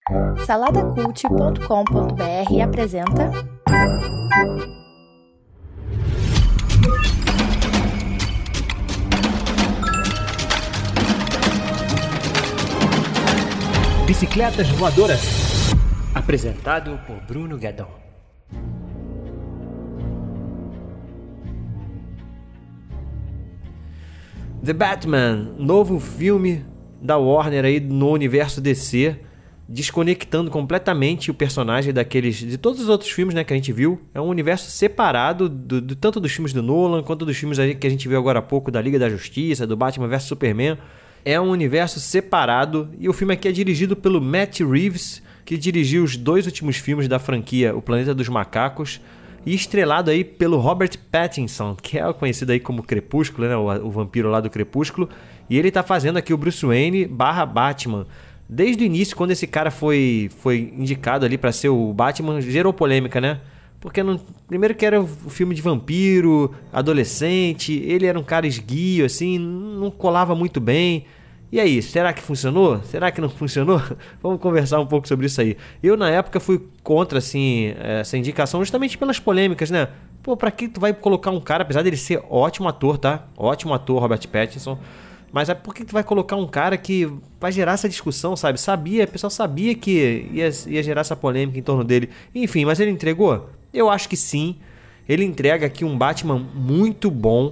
Saladacult.com.br apresenta Bicicletas Voadoras, apresentado por Bruno Guedon. The Batman, novo filme da Warner aí no universo DC, desconectando completamente o personagem de todos os outros filmes, né, que a gente viu. É um universo separado tanto dos filmes do Nolan quanto dos filmes aí que a gente viu agora há pouco da Liga da Justiça, do Batman vs Superman. É um universo separado e o filme aqui é dirigido pelo Matt Reeves, que dirigiu os 2 últimos filmes da franquia O Planeta dos Macacos, e estrelado aí pelo Robert Pattinson, que é conhecido aí como Crepúsculo, né, o vampiro lá do Crepúsculo, e ele tá fazendo aqui o Bruce Wayne / Batman. Desde o início, quando esse cara foi indicado ali pra ser o Batman, gerou polêmica, né? Porque primeiro que era o filme de vampiro, adolescente, ele era um cara esguio, assim, não colava muito bem. E aí, será que funcionou? Será que não funcionou? Vamos conversar um pouco sobre isso aí. Eu, na época, fui contra, assim, essa indicação justamente pelas polêmicas, né? Pô, pra que tu vai colocar um cara, apesar dele ser ótimo ator, tá? Ótimo ator, Robert Pattinson. Mas por que tu vai colocar um cara que vai gerar essa discussão, sabe? O pessoal sabia que ia gerar essa polêmica em torno dele. Enfim, mas ele entregou? Eu acho que sim. Ele entrega aqui um Batman muito bom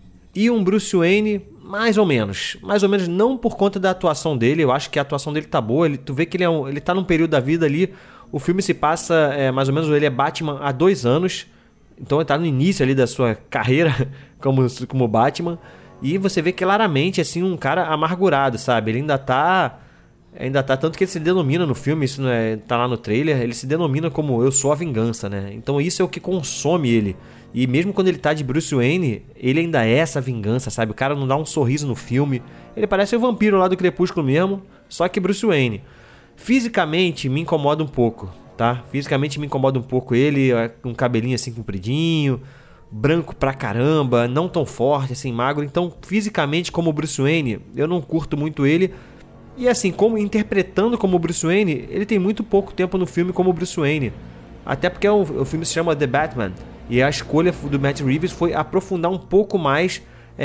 e um Bruce Wayne mais ou menos. Mais ou menos não por conta da atuação dele. Eu acho que a atuação dele tá boa. Tu vê que ele tá num período da vida ali. O filme se passa, mais ou menos, ele é Batman há 2 anos. Então ele tá no início ali da sua carreira como Batman. E você vê claramente, assim, um cara amargurado, sabe? Ele ainda tá, tanto que ele se denomina no filme, isso não tá lá no trailer, ele se denomina como eu sou a vingança, né? Então isso é o que consome ele. E mesmo quando ele tá de Bruce Wayne, ele ainda é essa vingança, sabe? O cara não dá um sorriso no filme. Ele parece o vampiro lá do Crepúsculo mesmo, só que Bruce Wayne. Fisicamente me incomoda um pouco, tá? Fisicamente me incomoda um pouco ele, com um cabelinho assim compridinho, branco pra caramba, não tão forte, assim, magro. Então, fisicamente, como Bruce Wayne, eu não curto muito ele. E assim, interpretando como Bruce Wayne, ele tem muito pouco tempo no filme como Bruce Wayne. Até porque o filme se chama The Batman. E a escolha do Matt Reeves foi aprofundar um pouco mais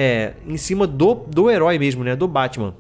em cima do herói mesmo, né? Do Batman.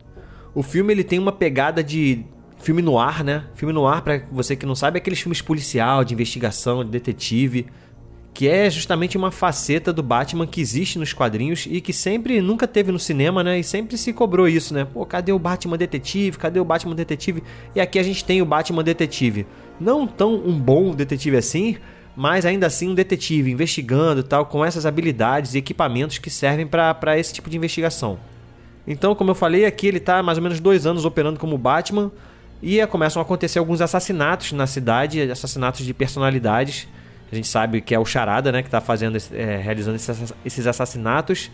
O filme ele tem uma pegada de filme noir, né? Filme noir, pra você que não sabe, é aqueles filmes policial, de investigação, de detetive, que é justamente uma faceta do Batman que existe nos quadrinhos e que nunca teve no cinema, né? E sempre se cobrou isso, né? Pô, cadê o Batman detetive? Cadê o Batman detetive? E aqui a gente tem o Batman detetive. Não tão um bom detetive assim, mas ainda assim um detetive investigando e tal, com essas habilidades e equipamentos que servem para esse tipo de investigação. Então, como eu falei, aqui ele tá há mais ou menos 2 anos operando como Batman e começam a acontecer alguns assassinatos na cidade, assassinatos de personalidades. A gente sabe que é o Charada, né, que está realizando esses assassinatos.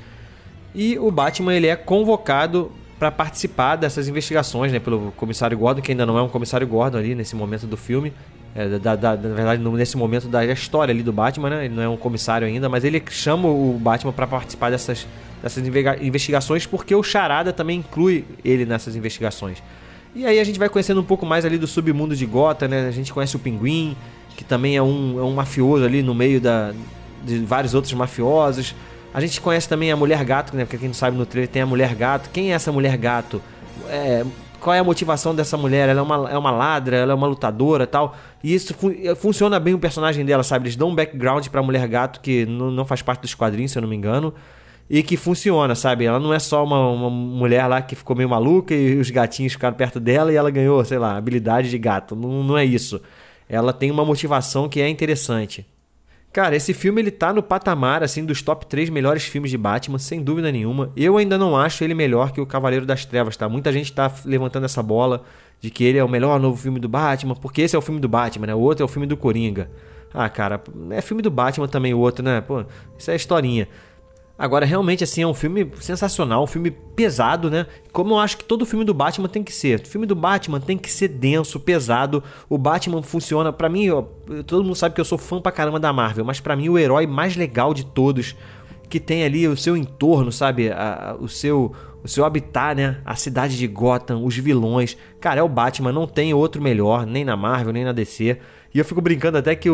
E o Batman ele é convocado para participar dessas investigações, né, pelo comissário Gordon, que ainda não é um comissário Gordon ali nesse momento do filme. Na verdade, nesse momento da história ali do Batman, né, ele não é um comissário ainda, mas ele chama o Batman para participar dessas investigações porque o Charada também inclui ele nessas investigações. E aí a gente vai conhecendo um pouco mais ali do submundo de Gotham, né? A gente conhece o Pinguim, que também é um mafioso ali no meio de vários outros mafiosos. A gente conhece também a Mulher Gato, né? Porque quem não sabe, no trailer tem a Mulher Gato. Quem é essa Mulher Gato? Qual é a motivação dessa mulher? Ela é uma ladra, ela é uma lutadora e tal. E isso funciona bem o personagem dela, sabe? Eles dão um background pra Mulher Gato que não faz parte dos quadrinhos, se eu não me engano. E que funciona, sabe? Ela não é só uma mulher lá que ficou meio maluca e os gatinhos ficaram perto dela e ela ganhou, sei lá, habilidade de gato. Não é isso. Ela tem uma motivação que é interessante. Cara, esse filme ele tá no patamar assim dos top 3 melhores filmes de Batman, sem dúvida nenhuma. Eu ainda não acho ele melhor que o Cavaleiro das Trevas, tá? Muita gente tá levantando essa bola de que ele é o melhor novo filme do Batman, porque esse é o filme do Batman, né? O outro é o filme do Coringa. Ah, cara, é filme do Batman também o outro, né? Pô, isso é historinha. Agora, realmente, assim, é um filme sensacional, um filme pesado, né? Como eu acho que todo filme do Batman tem que ser. O filme do Batman tem que ser denso, pesado. O Batman funciona... Pra mim, ó, todo mundo sabe que eu sou fã pra caramba da Marvel, mas pra mim o herói mais legal de todos, que tem ali o seu entorno, sabe? O seu habitat, né? A cidade de Gotham, os vilões. Cara, é o Batman, não tem outro melhor, nem na Marvel, nem na DC. E eu fico brincando até que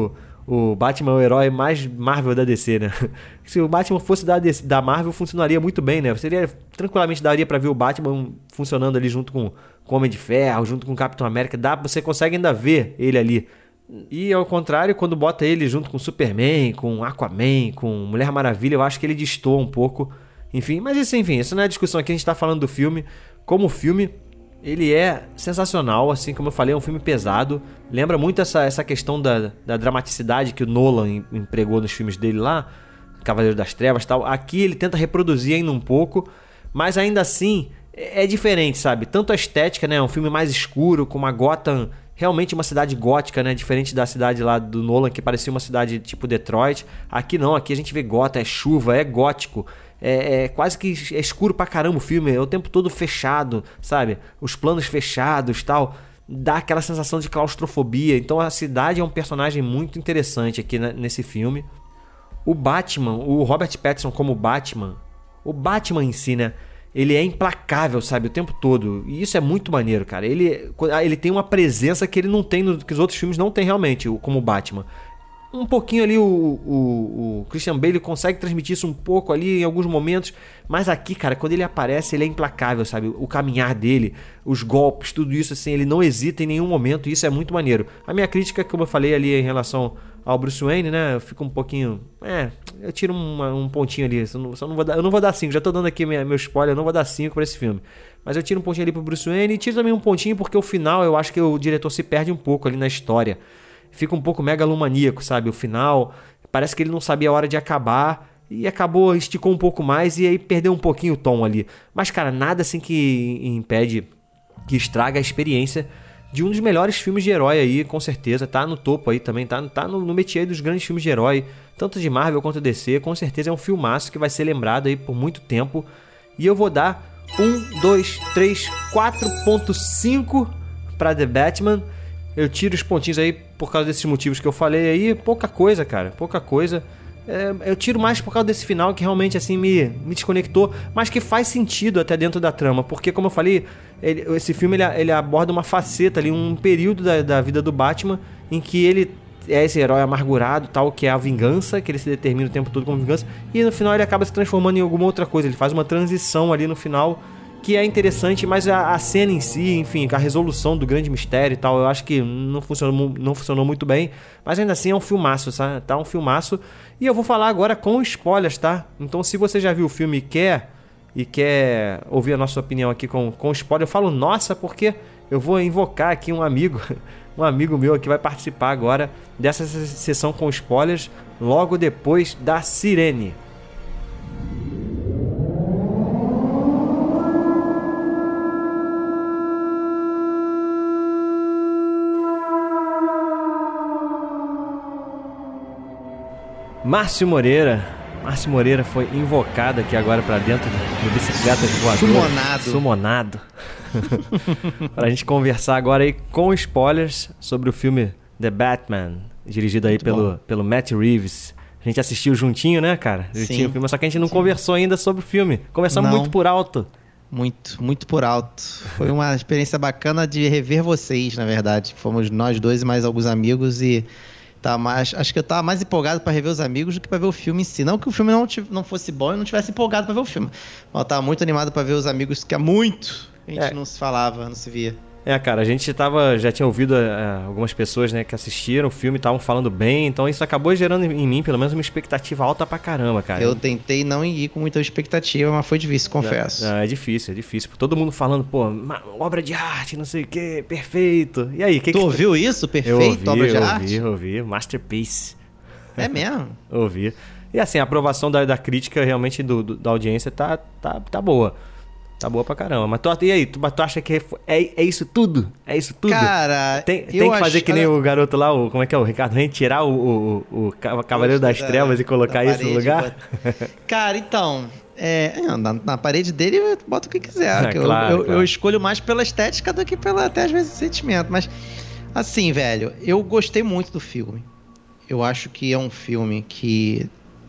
o Batman é o herói mais Marvel da DC, né? Se o Batman fosse da Marvel, funcionaria muito bem, né? Tranquilamente daria pra ver o Batman funcionando ali junto com o Homem de Ferro, junto com o Capitão América. Você consegue ainda ver ele ali. E ao contrário, quando bota ele junto com Superman, com Aquaman, com Mulher Maravilha, eu acho que ele destoa um pouco. Enfim, mas isso não é discussão aqui, a gente tá falando do filme. Como filme, ele é sensacional, assim como eu falei, é um filme pesado. Lembra muito essa questão da dramaticidade que o Nolan empregou nos filmes dele lá, Cavaleiro das Trevas e tal. Aqui ele tenta reproduzir ainda um pouco, mas ainda assim é diferente, sabe? Tanto a estética, né? É um filme mais escuro, com uma Gotham, realmente uma cidade gótica, né? Diferente da cidade lá do Nolan, que parecia uma cidade tipo Detroit. Aqui não, aqui a gente vê Gotham, é chuva, é gótico. É quase que é escuro pra caramba o filme, é o tempo todo fechado, sabe? Os planos fechados, tal, dá aquela sensação de claustrofobia. Então a cidade é um personagem muito interessante aqui nesse filme. O Batman, o Robert Pattinson como Batman, o Batman em si, né? Ele é implacável, sabe? O tempo todo. E isso é muito maneiro, cara. Ele tem uma presença que ele não tem, que os outros filmes não tem realmente, como Batman. Um pouquinho ali o Christian Bale consegue transmitir isso um pouco ali em alguns momentos, mas aqui, cara, quando ele aparece, ele é implacável, sabe? O caminhar dele, os golpes, tudo isso, assim, ele não hesita em nenhum momento, e isso é muito maneiro. A minha crítica, como eu falei ali em relação ao Bruce Wayne, né? Eu fico um pouquinho... eu tiro um pontinho ali, eu não vou dar 5, já tô dando aqui meu spoiler, eu não vou dar 5 pra esse filme. Mas eu tiro um pontinho ali pro Bruce Wayne e tiro também um pontinho porque o final, eu acho que o diretor se perde um pouco ali na história. Fica um pouco megalomaníaco, sabe? O final, parece que ele não sabia a hora de acabar e esticou um pouco mais e aí perdeu um pouquinho o tom ali. Mas, cara, nada assim que impede, que estraga a experiência de um dos melhores filmes de herói aí, com certeza. Tá no topo aí também, tá no métier dos grandes filmes de herói, tanto de Marvel quanto DC. Com certeza é um filmaço que vai ser lembrado aí por muito tempo. E eu vou dar 4.5 pra The Batman. Eu tiro os pontinhos aí por causa desses motivos que eu falei aí. Pouca coisa, cara. Pouca coisa. Eu tiro mais por causa desse final que realmente assim me desconectou, mas que faz sentido até dentro da trama. Porque, como eu falei, esse filme ele aborda uma faceta ali, um período da vida do Batman em que ele é esse herói amargurado, tal, que é a vingança, que ele se determina o tempo todo como vingança. E no final ele acaba se transformando em alguma outra coisa. Ele faz uma transição ali no final que é interessante, mas a cena em si, enfim, a resolução do grande mistério e tal, eu acho que não funcionou muito bem, mas ainda assim é um filmaço, sabe? Tá um filmaço, e eu vou falar agora com spoilers, tá? Então se você já viu o filme e quer ouvir a nossa opinião aqui com spoiler, eu falo nossa, porque eu vou invocar aqui um amigo meu que vai participar agora dessa sessão com spoilers, logo depois da sirene. Márcio Moreira foi invocado aqui agora pra dentro do Bicicletas Voadoras. Sumonado. Pra gente conversar agora aí com spoilers sobre o filme The Batman, dirigido aí pelo Matt Reeves. A gente assistiu juntinho, né, cara? Juntinho o filme, só que a gente não conversou ainda sobre o filme. Conversamos muito por alto. Muito por alto. Foi uma experiência bacana de rever vocês, na verdade. Fomos nós dois e mais alguns amigos e... acho que eu tava mais empolgado pra rever os amigos do que pra ver o filme em si. Não que o filme não fosse bom e eu não tivesse empolgado pra ver o filme. Mas eu tava muito animado pra ver os amigos, que há muito a gente não se falava, não se via. Cara, a gente já tinha ouvido algumas pessoas, né, que assistiram o filme e estavam falando bem, então isso acabou gerando em mim, pelo menos, uma expectativa alta pra caramba, cara. Eu tentei não ir com muita expectativa, mas foi difícil, confesso. É difícil. Todo mundo falando, obra de arte, não sei o que, perfeito. E aí, tu ouviu isso? Perfeito, obra de arte? Eu ouvi, masterpiece. É mesmo? Ouvi. E assim, a aprovação da crítica, realmente, da audiência tá boa. Tá boa pra caramba. Mas tu acha que é isso tudo? É isso tudo? Cara, tem que fazer que nem o garoto lá, como é que é, o Ricardo Reis, tirar o Cavaleiro das Trevas e colocar isso no lugar? Cara, então... na parede dele eu boto o que quiser. Claro. Eu escolho mais pela estética do que até às vezes sentimento. Mas, assim, velho, eu gostei muito do filme. Eu acho que é um filme que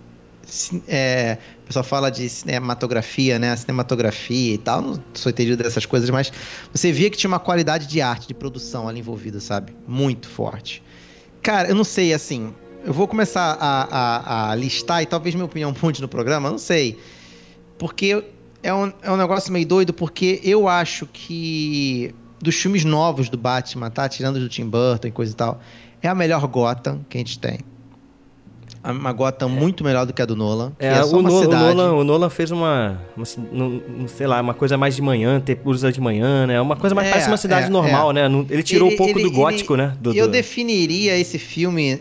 o pessoal fala de cinematografia, né? Cinematografia e tal, não sou entendido dessas coisas, mas você via que tinha uma qualidade de arte, de produção ali envolvida, sabe? Muito forte. Cara, eu não sei, assim, eu vou começar a listar e talvez minha opinião mude no programa, eu não sei. Porque é um negócio meio doido, porque eu acho que dos filmes novos do Batman, tá? Tirando do Tim Burton e coisa e tal, é a melhor Gotham que a gente tem. Uma Gotham muito melhor do que a do Nolan. O Nolan fez sei lá, uma coisa mais de manhã, usa de manhã, né? Uma coisa mais parece uma cidade normal, né? Ele tirou um pouco do gótico, né? Eu definiria esse filme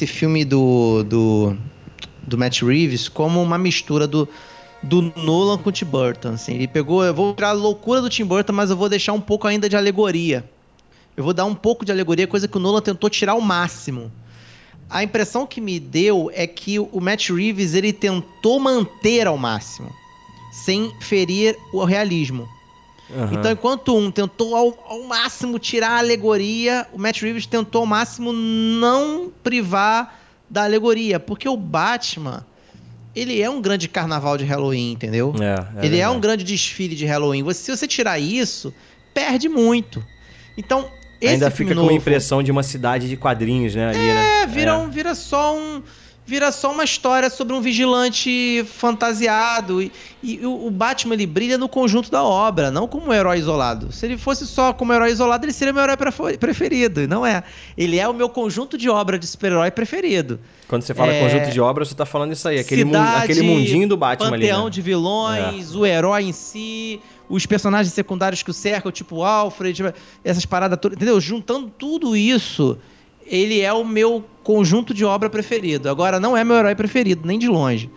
do Matt Reeves como uma mistura do Nolan com o Tim Burton, assim. Ele pegou, eu vou tirar a loucura do Tim Burton, mas eu vou deixar um pouco ainda de alegoria. Eu vou dar um pouco de alegoria, coisa que o Nolan tentou tirar ao máximo. A impressão que me deu é que o Matt Reeves, ele tentou manter ao máximo, sem ferir o realismo. Uhum. Então, enquanto um tentou ao máximo tirar a alegoria, o Matt Reeves tentou ao máximo não privar da alegoria, porque o Batman, ele é um grande carnaval de Halloween, entendeu? Ele é um grande desfile de Halloween. Se você tirar isso, perde muito. Então, ainda fica com a impressão de uma cidade de quadrinhos, né? Vira só uma história sobre um vigilante fantasiado. E o Batman, ele brilha no conjunto da obra, não como um herói isolado. Se ele fosse só como herói isolado, ele seria meu herói preferido. Não é. Ele é o meu conjunto de obra de super-herói preferido. Quando você fala conjunto de obra, você tá falando isso aí. Aquele mundinho do Batman ali, né? Panteão de vilões, o herói em si, os personagens secundários que o cercam, tipo o Alfred, essas paradas todas, entendeu? Juntando tudo isso, ele é o meu conjunto de obra preferido. Agora, não é meu herói preferido, nem de longe.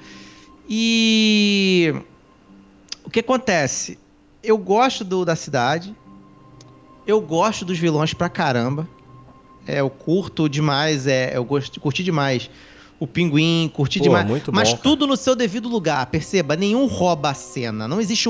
E o que acontece? Eu gosto da cidade, eu gosto dos vilões pra caramba. Eu curto demais, curti demais o Pinguim, curti demais. Mas tudo no seu devido lugar, perceba, nenhum rouba a cena. Não existe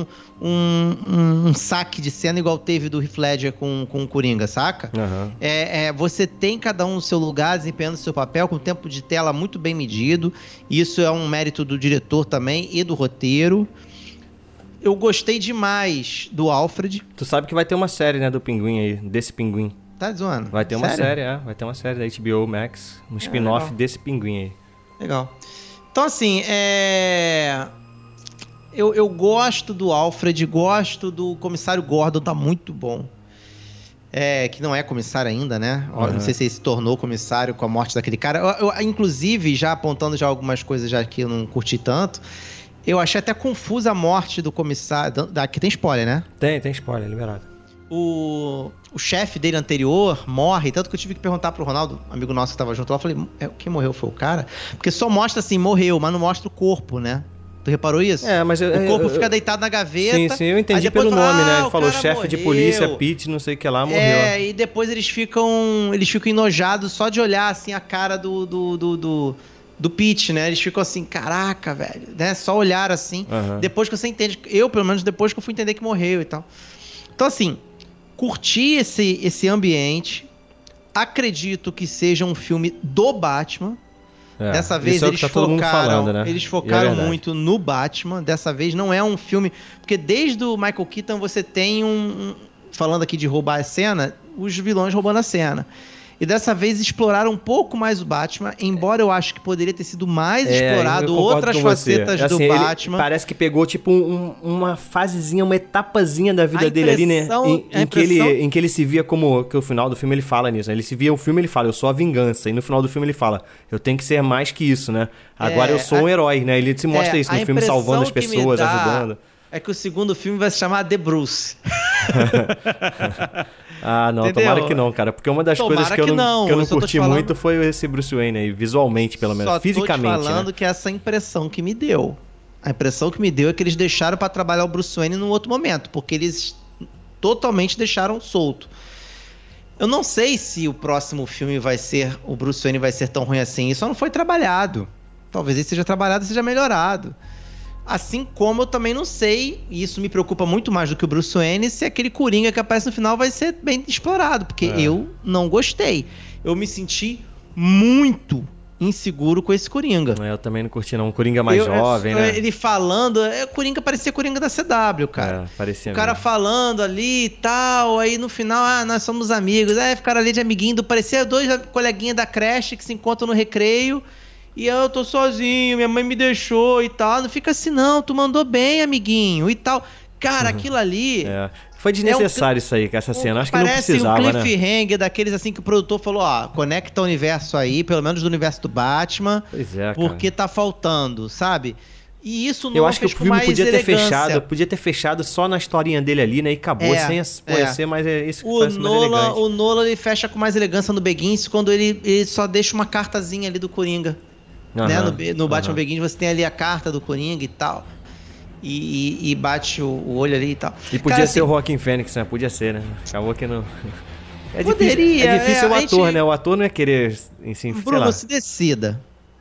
um saque de cena igual teve do Heath Ledger com o Coringa, saca? Uhum. Você tem cada um no seu lugar, desempenhando o seu papel, com tempo de tela muito bem medido. Isso é um mérito do diretor também e do roteiro. Eu gostei demais do Alfred. Tu sabe que vai ter uma série, né, do Pinguim aí, desse Pinguim. Tá zoando? Vai ter uma série, vai ter uma série da HBO Max, um spin-off desse Pinguim aí. Legal. Então, assim, eu gosto do Alfred, gosto do Comissário Gordon, tá muito bom. Que não é comissário ainda, né? Uhum. Não sei se ele se tornou comissário com a morte daquele cara. Eu, inclusive, já apontando já algumas coisas já que eu não curti tanto, eu achei até confusa a morte do comissário. Aqui tem spoiler, né? Tem spoiler, liberado. O chefe dele anterior morre, tanto que eu tive que perguntar pro Ronaldo, amigo nosso que tava junto lá, eu falei, quem morreu foi o cara? Porque só mostra assim, morreu, mas não mostra o corpo, né? Tu reparou isso? Mas o corpo fica deitado na gaveta. Sim, eu entendi pelo nome, né? Ele falou chefe de polícia, Pete, não sei o que lá, morreu. E depois eles ficam enojados só de olhar assim a cara do Pete, né? Eles ficam assim, caraca, velho, né? Só olhar assim. Uhum. Depois que você entende, eu pelo menos depois que eu fui entender que morreu e tal. Então assim, curti esse ambiente. Acredito que seja um filme do Batman. Dessa vez eles focaram, né? Eles focaram muito no Batman. Dessa vez não é um filme... Porque desde o Michael Keaton você tem falando aqui de roubar a cena, os vilões roubando a cena. E dessa vez exploraram um pouco mais o Batman, embora eu acho que poderia ter sido mais explorado outras facetas do Batman. Parece que pegou tipo uma fasezinha, uma etapazinha da vida dele ali, né? Em que ele se via como... Que o final do filme ele fala nisso, né? Ele se via o filme, ele fala, eu sou a vingança. E no final do filme ele fala, eu tenho que ser mais que isso, né? Agora eu sou um herói, né? Ele se mostra isso no filme, salvando as pessoas, ajudando. É que o segundo filme vai se chamar The Bruce. Não, entendeu? Tomara que não, cara. Porque uma das coisas que eu não curti muito foi esse Bruce Wayne aí, visualmente, pelo menos, fisicamente. Só tô te falando, né? Que é essa impressão que me deu. A impressão que me deu é que eles deixaram pra trabalhar o Bruce Wayne num outro momento, porque eles totalmente deixaram solto. Eu não sei se o próximo filme o Bruce Wayne vai ser tão ruim assim. Isso só não foi trabalhado. Talvez ele seja trabalhado e seja melhorado. Assim como eu também não sei, e isso me preocupa muito mais do que o Bruce Wayne, se aquele Coringa que aparece no final vai ser bem explorado, porque eu não gostei. Eu me senti muito, inseguro com esse Coringa. Eu também não curti, não. Um Coringa mais jovem, né? Ele falando... Coringa parecia Coringa da CW, cara. Parecia o cara mesmo. Falando ali e tal, aí no final, nós somos amigos. Ficaram ali de amiguinho. Parecia 2 coleguinhas da creche que se encontram no recreio. E eu tô sozinho, minha mãe me deixou e tal. Não fica assim, não. Tu mandou bem, amiguinho, e tal. Cara, aquilo ali... Foi desnecessário isso aí, com essa cena. Acho que não precisava, né? Parece um cliffhanger daqueles assim que o produtor falou, conecta o universo aí, pelo menos do universo do Batman. Pois é, cara. Porque tá faltando, sabe? E isso não Eu acho que o filme podia ter fechado só na historinha dele ali, né? E acabou, sem ser mais isso que faz mais elegante. O Nolan, ele fecha com mais elegância no Begins quando ele só deixa uma cartazinha ali do Coringa. Né? No Batman Begins você tem ali a carta do Coringa e tal. E bate o olho ali e tal. E podia ser o Joaquin Phoenix, né? Podia ser, né? Acabou que não... É difícil o ator, né? O ator não é querer... Bruno, você decida.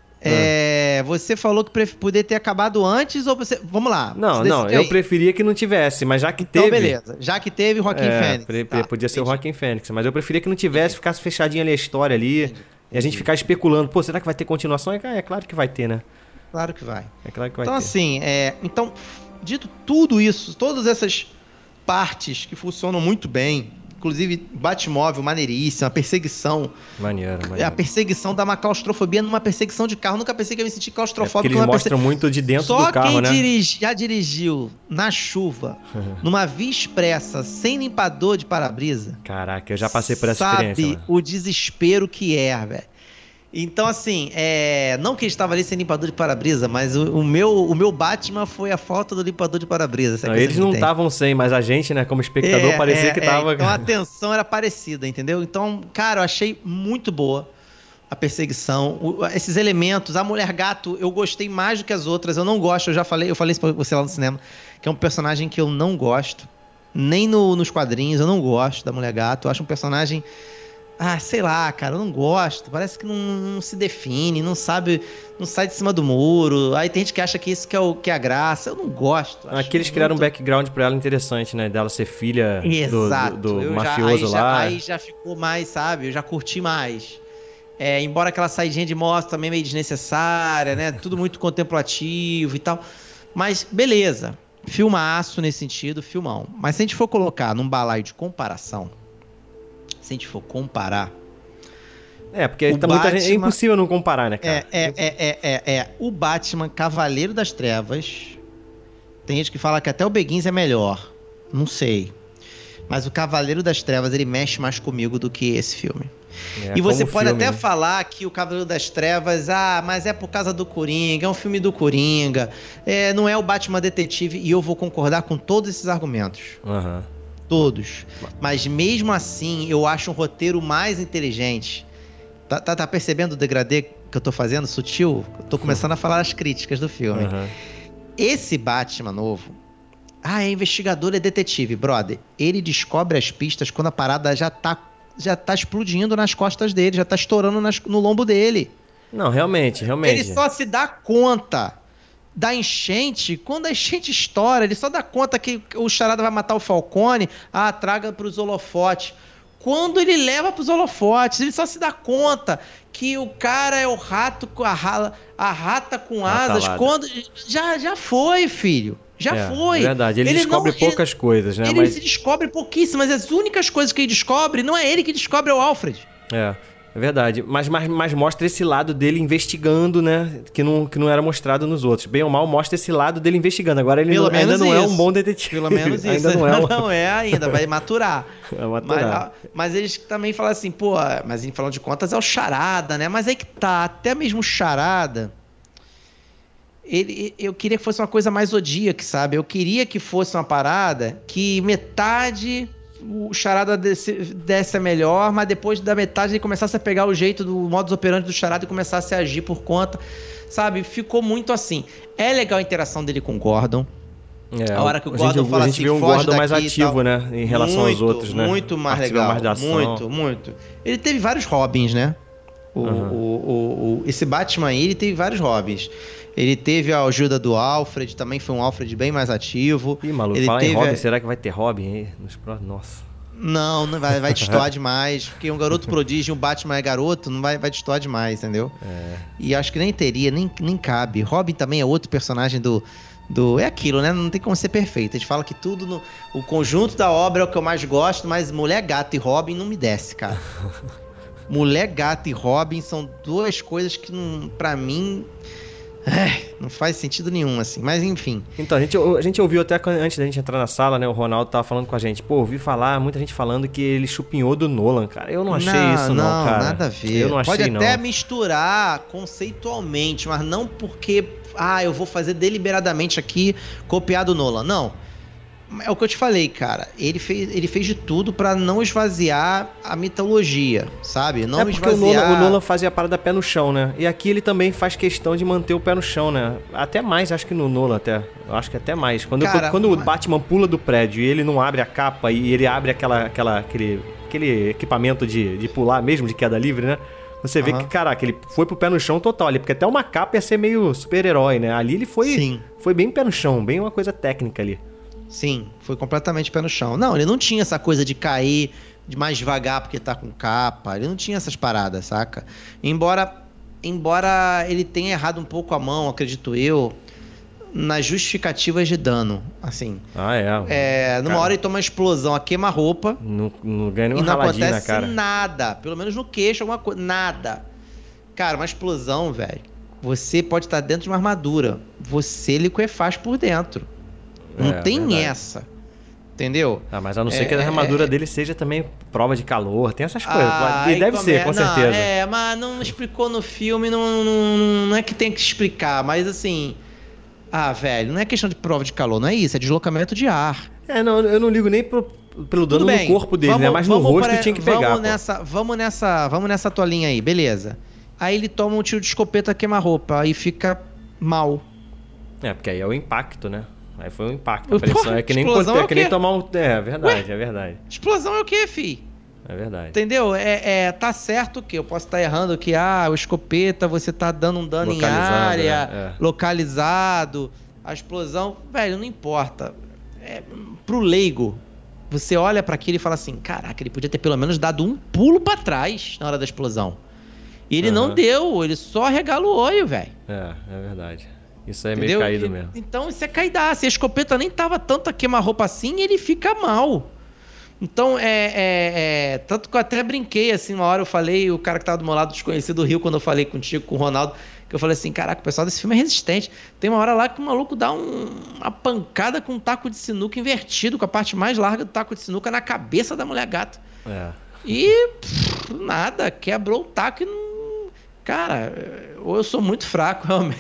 Você falou que poderia ter acabado antes ou você... Vamos lá. Não, eu preferia que não tivesse, mas já que teve... Então, beleza. Já que teve o Joaquin Phoenix. Podia ser o Joaquin Phoenix, mas eu preferia que não tivesse, ficasse fechadinha ali a história ali, e a gente ficar especulando. Pô, será que vai ter continuação? É claro que vai ter, né? Claro que vai. É claro que vai ter. Então, assim, então, dito tudo isso, todas essas partes que funcionam muito bem, inclusive Batmóvel, maneiríssima, a perseguição. Maneiro. A perseguição dá uma claustrofobia numa perseguição de carro. Nunca pensei que eu ia me sentir claustrofóbico. Porque eles mostram muito de dentro do carro, né? Só quem já dirigiu na chuva, numa via expressa, sem limpador de para-brisa. Caraca, eu já passei por essa experiência. Sabe o desespero que velho. Então, assim, não que ele estava ali sem limpador de para-brisa, mas o meu Batman foi a falta do limpador de para-brisa. Eles não estavam sem, mas a gente, né, como espectador, parecia que tava... Então a tensão era parecida, entendeu? Então, cara, eu achei muito boa a perseguição, esses elementos. A Mulher-Gato, eu gostei mais do que as outras. Eu não gosto, eu falei isso pra você lá no cinema, que é um personagem que eu não gosto. Nem nos quadrinhos, eu não gosto da Mulher-Gato. Eu acho um personagem... sei lá, cara, eu não gosto. Parece que não se define, não sabe, não sai de cima do muro. Aí tem gente que acha que isso que é a graça. Eu não gosto. Aqui eles criaram um background pra ela interessante, né? Dela ser filha do mafioso lá. Aí já ficou mais, sabe? Eu já curti mais. Embora aquela saidinha de moto também meio desnecessária, né? Tudo muito contemplativo e tal. Mas beleza. Filmaço nesse sentido, filmão. Mas se a gente for colocar num balaio de comparação... Se a gente for comparar... porque é impossível não comparar, né, cara? O Batman Cavaleiro das Trevas... Tem gente que fala que até o Begins é melhor. Não sei. Mas o Cavaleiro das Trevas, ele mexe mais comigo do que esse filme. E você pode até falar que o Cavaleiro das Trevas... mas é por causa do Coringa, é um filme do Coringa. Não é o Batman Detetive. E eu vou concordar com todos esses argumentos. Todos. Mas mesmo assim, eu acho um roteiro mais inteligente. Tá percebendo o degradê que eu tô fazendo? Sutil? Eu tô começando a falar as críticas do filme. Esse Batman novo... é investigador, é detetive. Brother, ele descobre as pistas quando a parada já tá explodindo nas costas dele, já tá estourando no lombo dele. Não, realmente. Ele só se dá conta da enchente, quando a enchente estoura, ele só dá conta que o Charada vai matar o Falcone, traga pros holofotes. Quando ele leva pros holofotes, ele só se dá conta que o cara é o rato, a rata com asas, quando... Já foi, filho. Já foi. É verdade, ele descobre poucas coisas, né? Ele se descobre pouquíssimas, as únicas coisas que ele descobre, não é ele que descobre, é o Alfred. É verdade, mas mostra esse lado dele investigando, né? Que não era mostrado nos outros. Bem ou mal, mostra esse lado dele investigando. Agora ele ainda não é um bom detetive. Pelo menos isso. Ainda não é ainda, vai maturar. Vai maturar. Mas eles também falam assim, mas falando de contas é o Charada, né? Mas aí que tá, até mesmo o Charada... Eu queria que fosse uma coisa mais Zodíaco, sabe? Eu queria que fosse uma parada que metade... o Charada desse melhor, mas depois da metade ele começasse a pegar o jeito do modus operandi do Charada e começasse a agir por conta, sabe? Ficou muito assim. É legal a interação dele com o Gordon. A hora que o Gordon fala assim, a gente vê um Gordon mais ativo, né? Em relação aos outros, né? Muito mais legal. Mais da ação. Muito. Ele teve vários Robins, né? Esse Batman aí, ele teve vários Robins. Ele teve a ajuda do Alfred, também foi um Alfred bem mais ativo. Ih, maluco, fala em Robin, será que vai ter Robin aí nos próximos? Nossa. Não vai destoar demais, porque um garoto prodígio e um Batman é garoto, não vai destoar demais, entendeu? E acho que nem teria, nem cabe. Robin também é outro personagem é aquilo, né? Não tem como ser perfeito. A gente fala que tudo o conjunto da obra é o que eu mais gosto, mas Mulher Gata e Robin não me desce, cara. Mulher Gata e Robin são duas coisas que, pra mim, não faz sentido nenhum, assim. Mas, enfim. Então, a gente ouviu até antes da gente entrar na sala, né? O Ronaldo tava falando com a gente. Pô, ouvi falar, muita gente falando que ele chupinhou do Nolan, cara. Eu não achei isso, não, cara. Não, nada a ver. Eu não achei, Pode até misturar conceitualmente, mas não porque... eu vou fazer deliberadamente aqui, copiar do Nolan. Não. É o que eu te falei, cara. Ele fez de tudo pra não esvaziar a mitologia, sabe? Não porque esvaziar... o Nolan fazia a parada pé no chão, né? E aqui ele também faz questão de manter o pé no chão, né? Até mais, acho que no Nolan até. Eu acho que até mais. Quando o Batman pula do prédio e ele não abre a capa e ele abre aquele equipamento de pular mesmo, de queda livre, né? Você vê que, caraca, ele foi pro pé no chão total ali, porque até uma capa ia ser meio super-herói, né? Ali ele foi bem pé no chão, bem uma coisa técnica ali. Sim, foi completamente pé no chão. Não, ele não tinha essa coisa de cair de mais devagar porque tá com capa, ele não tinha essas paradas, saca? Embora ele tenha errado um pouco a mão, acredito eu, nas justificativas de dano, assim. Numa hora ele toma uma explosão, a queima-roupa. Não ganha nenhum raladinho na cara. Não acontece nada, pelo menos no queixo, alguma coisa, nada. Cara, uma explosão, velho, você pode estar dentro de uma armadura, você liquefaz por dentro. Não tem verdade. Essa, entendeu? Mas a não ser que a armadura dele seja também prova de calor, tem essas coisas. E deve ser, com certeza. Mas não explicou no filme, não é que tem que explicar, mas assim... velho, não é questão de prova de calor, não é isso, é deslocamento de ar. Não, eu não ligo nem pelo dano no corpo dele, né? Mas no rosto tinha que pegar. Vamos nessa toalhinha aí, beleza. Aí ele toma um tiro de escopeta, queima-roupa, aí fica mal. Porque aí é o impacto, né? Aí foi um impacto, a pressão é que nem tomar um... É verdade. Explosão é o quê, fi? É verdade. Entendeu? Tá certo que eu posso estar errando que, o escopeta, você tá dando um dano em área, localizado, a explosão, velho, não importa. Pro leigo, você olha pra aquilo e fala assim, caraca, ele podia ter pelo menos dado um pulo pra trás na hora da explosão. E ele não deu, ele só regala o olho, velho. É verdade. Isso aí é meio caído mesmo. Então isso é caidaço. E a escopeta nem tava tanto a queima-roupa assim e ele fica mal. Então, tanto que eu até brinquei, assim, uma hora eu falei, o cara que tava do meu lado desconhecido riu quando eu falei contigo, com o Ronaldo, que eu falei assim, caraca, o pessoal desse filme é resistente. Tem uma hora lá que o maluco dá uma pancada com um taco de sinuca invertido, com a parte mais larga do taco de sinuca na cabeça da mulher gata. E nada, quebrou o taco e não... Cara, ou eu sou muito fraco, realmente.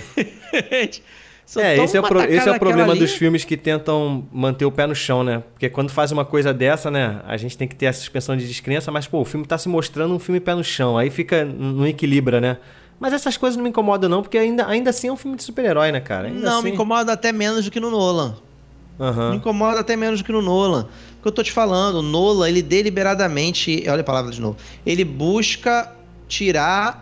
Esse é o problema dos filmes que tentam manter o pé no chão, né? Porque quando faz uma coisa dessa, né? A gente tem que ter essa suspensão de descrença, mas, o filme tá se mostrando um filme pé no chão. Aí não equilibra, né? Mas essas coisas não me incomodam, não, porque ainda assim é um filme de super-herói, né, cara? Me incomoda até menos do que no Nolan. Me incomoda até menos do que no Nolan. Porque eu tô te falando, o Nolan, ele deliberadamente... Olha a palavra de novo. Ele busca tirar...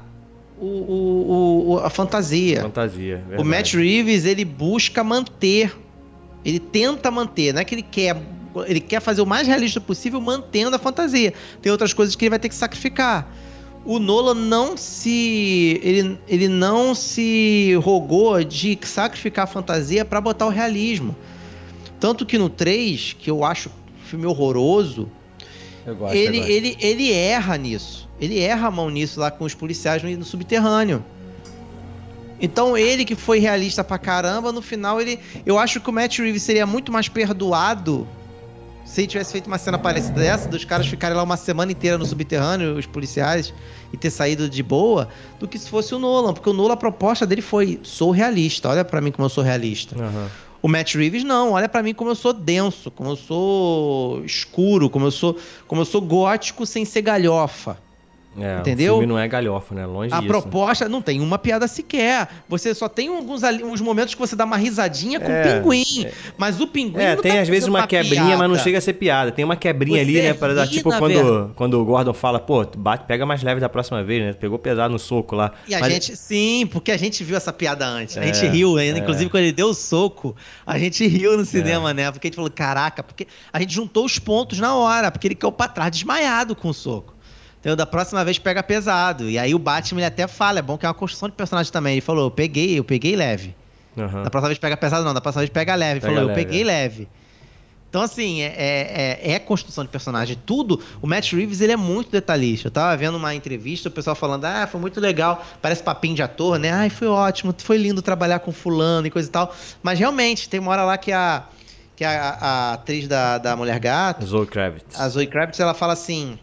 a fantasia. Verdade. O Matt Reeves, ele busca manter. Ele tenta manter. Não é que ele quer fazer o mais realista possível mantendo a fantasia. Tem outras coisas que ele vai ter que sacrificar. O Nolan ele não se rogou de sacrificar a fantasia para botar o realismo. Tanto que no 3, que eu acho um filme horroroso, ele erra nisso. Ele erra a mão nisso lá com os policiais no subterrâneo. Então ele que foi realista pra caramba, no final eu acho que o Matt Reeves seria muito mais perdoado se ele tivesse feito uma cena parecida dessa, dos caras ficarem lá uma semana inteira no subterrâneo, os policiais, e ter saído de boa, do que se fosse o Nolan. Porque o Nolan, a proposta dele foi, sou realista, olha pra mim como eu sou realista. O Matt Reeves não, olha pra mim como eu sou denso, como eu sou escuro, como eu sou gótico sem ser galhofa. Entendeu? O filme não é galhofa, né? Longe A disso. proposta não tem uma piada sequer. Você só tem uns momentos que você dá uma risadinha com o pinguim. Mas o pinguim não tem tá às vezes uma quebrinha, piada. mas não chega a ser piada. Tem uma quebrinha ali, né? Para dar, tipo quando o Gordon fala, pô, pega mais leve da próxima vez, né? Pegou pesado no soco lá. E a gente, sim, porque a gente viu essa piada antes. A gente riu ainda. Inclusive, quando ele deu o soco, a gente riu no cinema, né? Porque a gente falou, caraca, porque a gente juntou os pontos na hora, porque ele caiu pra trás desmaiado com o soco. Então, da próxima vez pega pesado. E aí o Batman ele até fala, é bom que é uma construção de personagem também. Ele falou, eu peguei leve. Da próxima vez pega pesado, não. Da próxima vez pega leve. Ele falou, eu peguei leve. Então, assim, é construção de personagem. Tudo, o Matt Reeves, ele é muito detalhista. Eu tava vendo uma entrevista, o pessoal falando, foi muito legal, parece papinho de ator, né? Ai, foi ótimo, foi lindo trabalhar com fulano e coisa e tal. Mas, realmente, tem uma hora lá que a atriz da Mulher Gato... Zoe Kravitz. A Zoe Kravitz, ela fala assim...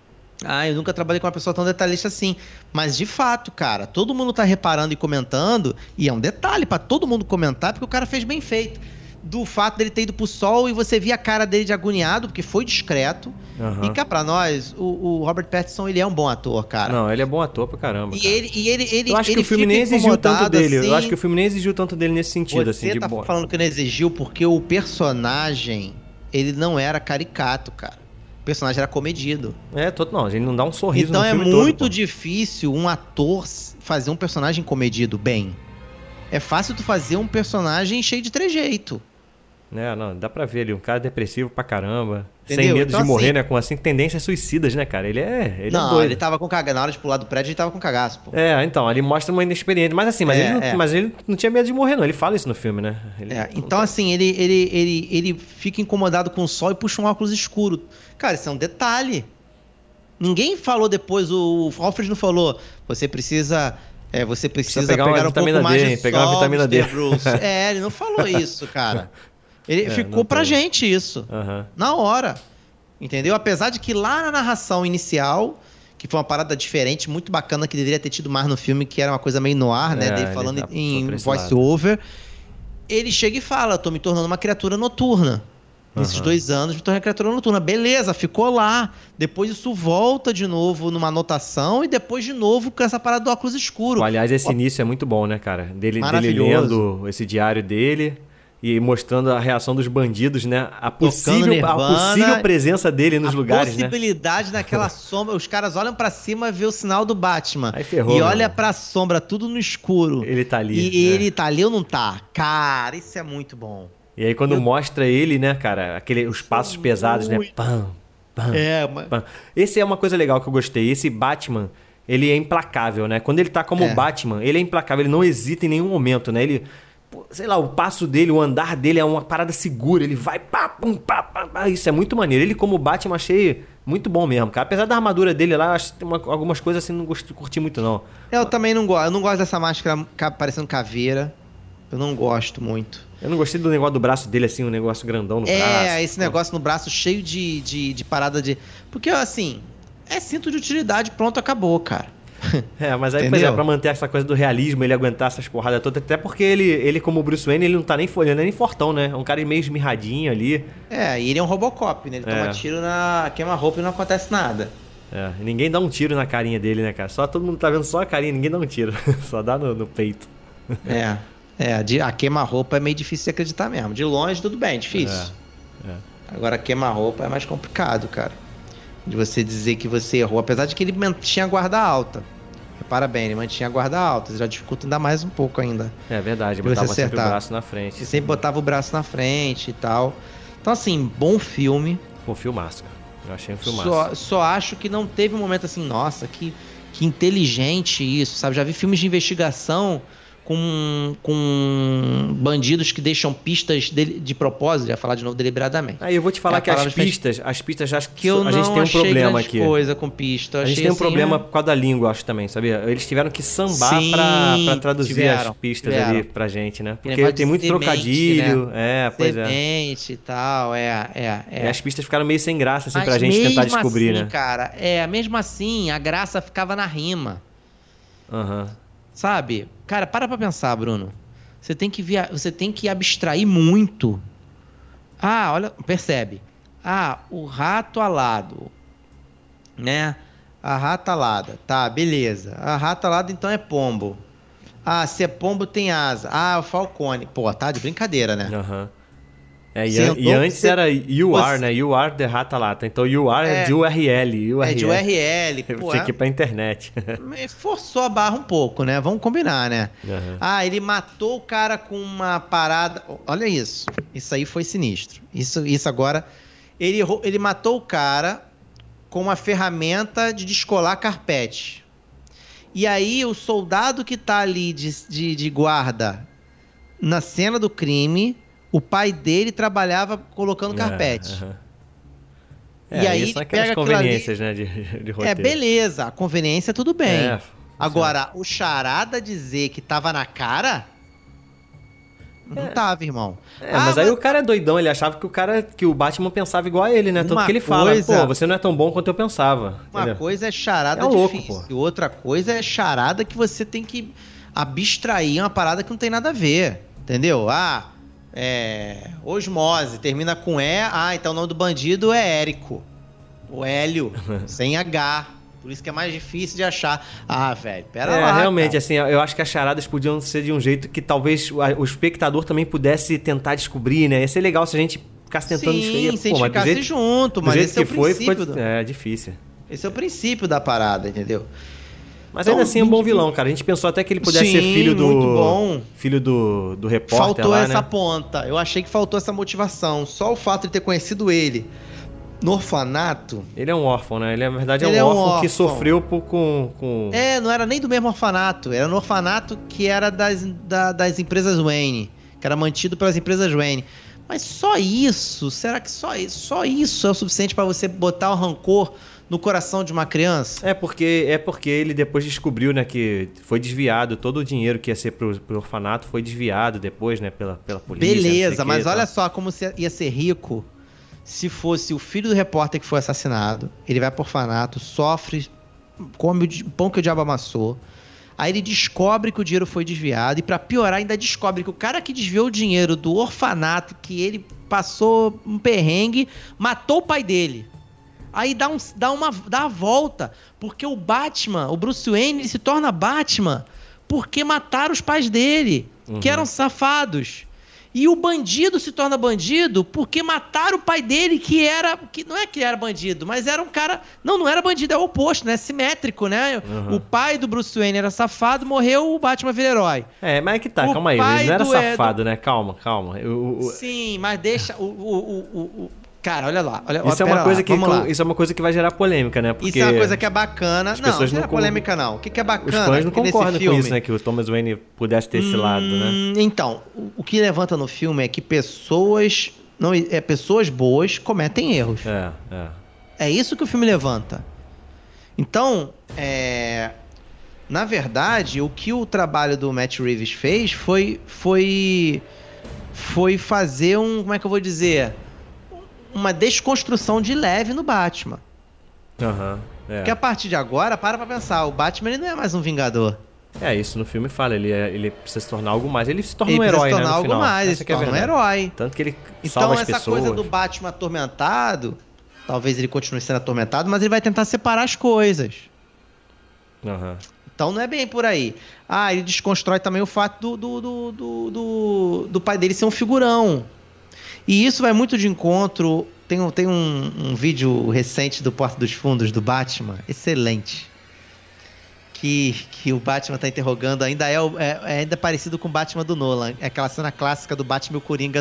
eu nunca trabalhei com uma pessoa tão detalhista assim. Mas, de fato, cara, todo mundo tá reparando e comentando, e é um detalhe pra todo mundo comentar, porque o cara fez bem feito. Do fato dele ter ido pro sol e você via a cara dele de agoniado, porque foi discreto. E cá pra nós, o Robert Pattinson, ele é um bom ator, cara. Não, ele é bom ator pra caramba. Ele eu acho que o filme nem exigiu tanto dele. Assim, eu acho que o filme nem exigiu tanto dele nesse sentido, assim, de boa. Você tá falando que não exigiu porque o personagem, ele não era caricato, cara. O personagem era comedido. Não, ele não dá um sorriso no filme todo. Então é muito difícil um ator fazer um personagem comedido bem. É fácil tu fazer um personagem cheio de trejeito. Não, dá pra ver ali, um cara depressivo pra caramba. Entendeu? Sem medo então, de morrer, assim, né? Com assim, tendências suicidas, né, cara? Ele é não, doido. Ele tava com cagaço. Na hora de pular do prédio, ele tava com cagaço, pô. Então, ali mostra uma inexperiência. Mas assim, mas ele não tinha medo de morrer, não. Ele fala isso no filme, né? Então, assim, ele fica incomodado com o sol e puxa um óculos escuro. Cara, isso é um detalhe. Ninguém falou depois, o Alfred não falou, você precisa pegar um pouco mais de sol, pegar uma vitamina D. Bruce. Ele não falou isso, cara. Ele ficou pra gente isso. Na hora. Entendeu? Apesar de que lá na narração inicial, que foi uma parada diferente, muito bacana, que deveria ter tido mais no filme, que era uma coisa meio noir, né? Dele falando em voice-over. Ele chega e fala, tô me tornando uma criatura noturna. Nesses 2 anos, me tornei criatura noturna. Beleza, ficou lá. Depois isso volta de novo numa anotação e depois de novo com essa parada do óculos escuro. Aliás, esse início é muito bom, né, cara? Dele lendo esse diário dele e mostrando a reação dos bandidos, né? A possível presença dele nos lugares, né? A possibilidade naquela sombra. Os caras olham pra cima e vê o sinal do Batman. Aí ferrou, e olha pra sombra, tudo no escuro. Ele tá ali. E ele tá ali ou não tá? Cara, isso é muito bom. E aí quando mostra ele, né, cara, os passos pesados, né? Pam, pam, pam. Esse é uma coisa legal que eu gostei. Esse Batman, ele é implacável, né? Quando ele tá como Batman, ele é implacável, ele não hesita em nenhum momento, né? Ele, sei lá, o passo dele, o andar dele é uma parada segura, ele vai pá, pum, pá, pá, pá. Isso é muito maneiro. Ele como Batman achei muito bom mesmo, cara. Apesar da armadura dele lá, acho que tem algumas coisas assim, não curti muito não. Eu também não gosto. Eu não gosto dessa máscara parecendo caveira. Eu não gosto muito. Eu não gostei do negócio do braço dele, assim, um negócio grandão no braço. Esse negócio no braço cheio de parada de... Porque, assim, é cinto de utilidade, pronto, acabou, cara. Mas aí, pois pra manter essa coisa do realismo, ele aguentar essas porradas todas, até porque ele como Bruce Wayne, ele não tá nem fortão, né? É um cara meio esmirradinho ali. E ele é um Robocop, né? Ele toma tiro queima-roupa e não acontece nada. Ninguém dá um tiro na carinha dele, né, cara? Todo mundo tá vendo só a carinha, ninguém dá um tiro. Só dá no peito. A queima-roupa é meio difícil de acreditar mesmo. De longe, tudo bem, difícil. Agora, queima-roupa é mais complicado, cara. De você dizer que você errou. Apesar de que ele mantinha a guarda alta. Repara bem, ele mantinha a guarda alta. Já dificulta ainda mais um pouco ainda. É verdade, botava sempre o braço na frente. Ele sempre botava o braço na frente e tal. Então, assim, bom filme. Pô, filmaço, cara. Eu achei um filmaço. Só acho que não teve um momento assim, nossa, que inteligente isso, sabe? Já vi filmes de investigação com bandidos que deixam pistas de propósito, ia falar de novo deliberadamente. Aí eu vou te falar que as pistas acho que a gente tem um problema aqui. Coisa com pista. A gente tem um problema por causa da língua, acho também, sabia? Eles tiveram que sambar pra traduzir as pistas ali pra gente, né? Porque tem muito trocadilho, né? Pois semente e tal, E as pistas ficaram meio sem graça, assim, pra gente tentar descobrir, assim, né? Cara, mesmo assim, a graça ficava na rima. Sabe? Cara, para pra pensar, Bruno. Você tem que abstrair muito. Olha, percebe? O rato alado, né? A rata-alada. Tá, beleza. A rata-alada então é pombo. Ah, se é pombo tem asa. Ah, o falcone. Pô, tá de brincadeira, né? Aham. E antes era You Are, né? You Are the Rata-Lata. Então You Are é de URL. É de URL. Pô, tinha que ir pra internet. Forçou a barra um pouco, né? Vamos combinar, né? Uhum. Ah, ele matou o cara com uma parada... Olha isso. Isso aí foi sinistro. Isso agora... Ele matou o cara com uma ferramenta de descolar carpete. E aí o soldado que tá ali de guarda na cena do crime... O pai dele trabalhava colocando carpete. E aí são aquelas conveniências, né, de roteiro. Beleza. A conveniência tudo bem. Agora, o charada dizer que tava na cara... Não tava, irmão. Mas aí o cara é doidão. Ele achava que o Batman pensava igual a ele, né? Tanto que ele fala, pô, você não é tão bom quanto eu pensava. Uma coisa é charada difícil. E outra coisa é charada que você tem que abstrair uma parada que não tem nada a ver. Entendeu? Osmose, termina com E. Então o nome do bandido é Érico. O Hélio, sem H. Por isso que é mais difícil de achar. Velho, pera lá. Realmente, cara. assim, eu acho que as charadas podiam ser de um jeito que talvez o espectador também pudesse tentar descobrir, né? Ia ser legal se a gente ficasse tentando descobrir. Sim, se a gente ficasse junto, mas esse é o princípio. É difícil. Esse é o princípio da parada, entendeu? Mas ainda assim é um bom vilão, cara. A gente pensou até que ele pudesse ser filho do... muito bom. Filho do repórter faltou lá, essa né? ponta. Eu achei que faltou essa motivação. Só o fato de ter conhecido ele no orfanato... Ele é um órfão, né? Ele, na verdade, é um órfão que sofreu com... não era nem do mesmo orfanato. Era no orfanato que era das empresas Wayne. Que era mantido pelas empresas Wayne. Mas só isso? Será que só isso é o suficiente pra você botar o rancor no coração de uma criança? É porque ele depois descobriu, né, que foi desviado, todo o dinheiro que ia ser pro orfanato foi desviado depois, né, pela polícia. Beleza, mas olha só como ia ser rico se fosse o filho do repórter que foi assassinado. Ele vai pro orfanato, sofre, come o pão que o diabo amassou. Aí ele descobre que o dinheiro foi desviado e pra piorar ainda descobre que o cara que desviou o dinheiro do orfanato, que ele passou um perrengue, matou o pai dele. Aí dá a volta, porque o Batman, o Bruce Wayne, ele se torna Batman porque mataram os pais dele, que eram safados. E o bandido se torna bandido porque mataram o pai dele, que não é que era bandido, mas era um cara... Não era bandido, é o oposto, né? Simétrico, né? O pai do Bruce Wayne era safado, morreu, o Batman vira herói. Mas é que tá, calma aí, ele não era safado, né? Calma. Sim, mas deixa... Cara, olha lá. Isso é uma coisa que vai gerar polêmica, né? Porque isso é uma coisa que é bacana. Não gera polêmica, não. O que é bacana? Os fãs não concordam com isso, né? Que o Thomas Wayne pudesse ter esse lado, né? Então, o que levanta no filme é que pessoas boas cometem erros. É isso que o filme levanta. Então, na verdade, o que o trabalho do Matt Reeves fez foi fazer como é que eu vou dizer... uma desconstrução de leve no Batman. Porque a partir de agora, para pensar, o Batman ele não é mais um vingador. Isso no filme fala, ele precisa se tornar algo mais. Ele se torna um herói, né, no final. Ele se torna um herói. Tanto que ele salva as pessoas. Então essa coisa do Batman atormentado, talvez ele continue sendo atormentado, mas ele vai tentar separar as coisas. Então não é bem por aí. Ele desconstrói também o fato do pai dele ser um figurão. E isso vai muito de encontro... Tem um vídeo recente do Porta dos Fundos do Batman, excelente. Que o Batman tá interrogando, ainda ainda parecido com o Batman do Nolan. É aquela cena clássica do Batman e o Coringa